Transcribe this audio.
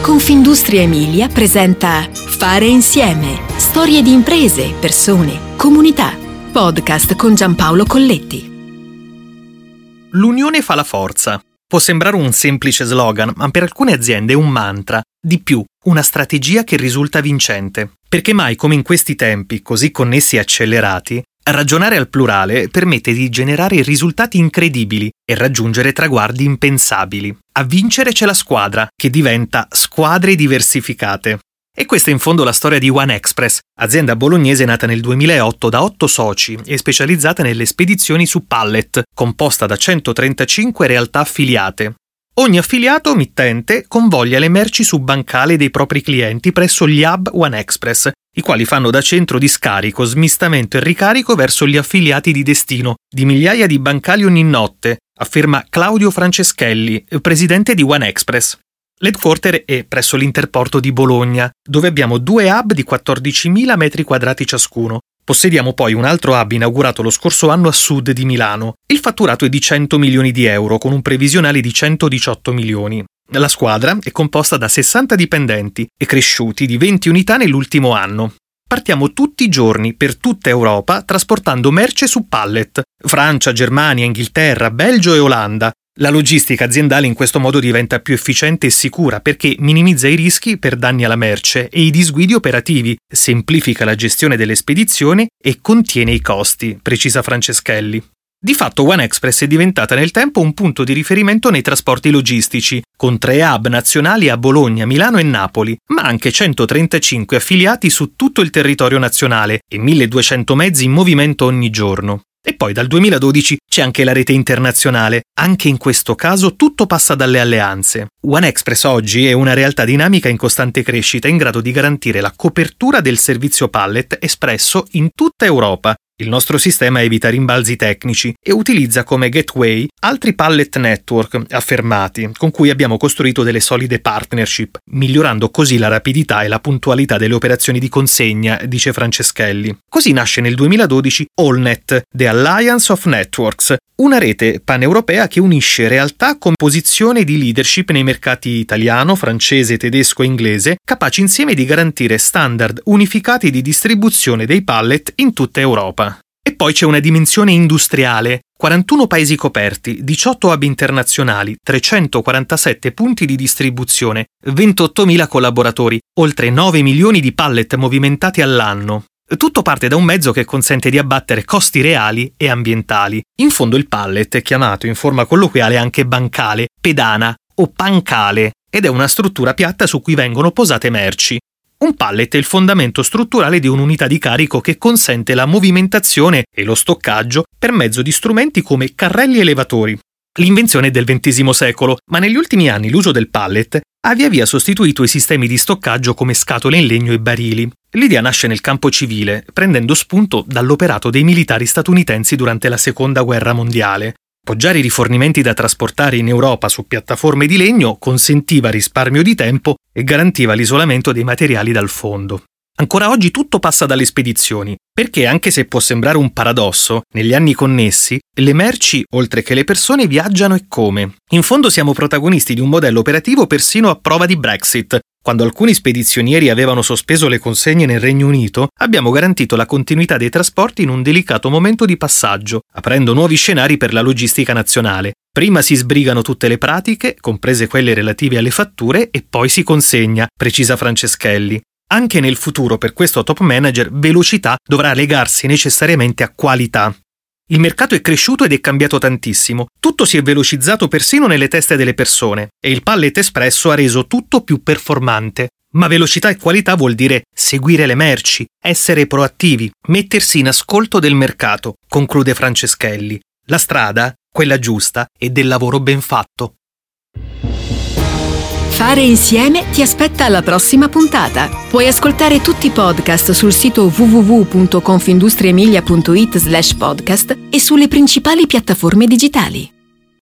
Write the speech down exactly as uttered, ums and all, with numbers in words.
Confindustria Emilia presenta Fare Insieme. Storie di imprese, persone, comunità. Podcast con Giampaolo Colletti. L'unione fa la forza. Può sembrare un semplice slogan, ma per alcune aziende è un mantra. Di più, una strategia che risulta vincente. Perché mai come in questi tempi, così connessi e accelerati, ragionare al plurale permette di generare risultati incredibili e raggiungere traguardi impensabili. A vincere c'è la squadra, che diventa squadre diversificate. E questa è in fondo la storia di One Express, azienda bolognese nata nel duemilaotto da otto soci e specializzata nelle spedizioni su pallet, composta da centotrentacinque realtà affiliate. Ogni affiliato mittente convoglia le merci su bancale dei propri clienti presso gli hub One Express, i quali fanno da centro di scarico, smistamento e ricarico verso gli affiliati di destino, di migliaia di bancali ogni notte, afferma Claudio Franceschelli, presidente di One Express. L'headquarter è presso l'Interporto di Bologna, dove abbiamo due hub di quattordicimila metri quadrati ciascuno. Possediamo poi un altro hub inaugurato lo scorso anno a sud di Milano. Il fatturato è di cento milioni di euro, con un previsionale di centodiciotto milioni. La squadra è composta da sessanta dipendenti e cresciuti di venti unità nell'ultimo anno. Partiamo tutti i giorni per tutta Europa trasportando merce su pallet. Francia, Germania, Inghilterra, Belgio e Olanda. La logistica aziendale in questo modo diventa più efficiente e sicura perché minimizza i rischi per danni alla merce e i disguidi operativi, semplifica la gestione delle spedizioni e contiene i costi, precisa Franceschelli. Di fatto One Express è diventata nel tempo un punto di riferimento nei trasporti logistici, con tre hub nazionali a Bologna, Milano e Napoli, ma anche centotrentacinque affiliati su tutto il territorio nazionale e milleduecento mezzi in movimento ogni giorno. E poi dal duemiladodici c'è anche la rete internazionale. Anche in questo caso tutto passa dalle alleanze. One Express oggi è una realtà dinamica in costante crescita in grado di garantire la copertura del servizio pallet espresso in tutta Europa. Il nostro sistema evita rimbalzi tecnici e utilizza come gateway altri pallet network affermati, con cui abbiamo costruito delle solide partnership, migliorando così la rapidità e la puntualità delle operazioni di consegna, dice Franceschelli. Così nasce nel duemiladodici AllNet, The Alliance of Networks, una rete paneuropea che unisce realtà con posizione di leadership nei mercati italiano, francese, tedesco e inglese, capaci insieme di garantire standard unificati di distribuzione dei pallet in tutta Europa. E poi c'è una dimensione industriale, quarantuno paesi coperti, diciotto hub internazionali, trecentoquarantasette punti di distribuzione, ventottomila collaboratori, oltre nove milioni di pallet movimentati all'anno. Tutto parte da un mezzo che consente di abbattere costi reali e ambientali. In fondo il pallet è chiamato in forma colloquiale anche bancale, pedana o pancale ed è una struttura piatta su cui vengono posate merci. Un pallet è il fondamento strutturale di un'unità di carico che consente la movimentazione e lo stoccaggio per mezzo di strumenti come carrelli elevatori. L'invenzione è del ventesimo secolo, ma negli ultimi anni l'uso del pallet ha via via sostituito i sistemi di stoccaggio come scatole in legno e barili. L'idea nasce nel campo civile, prendendo spunto dall'operato dei militari statunitensi durante la Seconda Guerra Mondiale. Poggiare i rifornimenti da trasportare in Europa su piattaforme di legno consentiva risparmio di tempo e garantiva l'isolamento dei materiali dal fondo. Ancora oggi tutto passa dalle spedizioni, perché anche se può sembrare un paradosso, negli anni connessi, le merci, oltre che le persone, viaggiano e come. In fondo siamo protagonisti di un modello operativo persino a prova di Brexit. Quando alcuni spedizionieri avevano sospeso le consegne nel Regno Unito, abbiamo garantito la continuità dei trasporti in un delicato momento di passaggio, aprendo nuovi scenari per la logistica nazionale. Prima si sbrigano tutte le pratiche, comprese quelle relative alle fatture, e poi si consegna, precisa Franceschelli. Anche nel futuro per questo top manager velocità dovrà legarsi necessariamente a qualità. Il mercato è cresciuto ed è cambiato tantissimo. Tutto si è velocizzato persino nelle teste delle persone e il pallet espresso ha reso tutto più performante. Ma velocità e qualità vuol dire seguire le merci, essere proattivi, mettersi in ascolto del mercato, conclude Franceschelli. La strada, quella giusta, è del lavoro ben fatto. Fare Insieme ti aspetta alla prossima puntata. Puoi ascoltare tutti i podcast sul sito w w w punto confindustriemilia punto it slash podcast e sulle principali piattaforme digitali.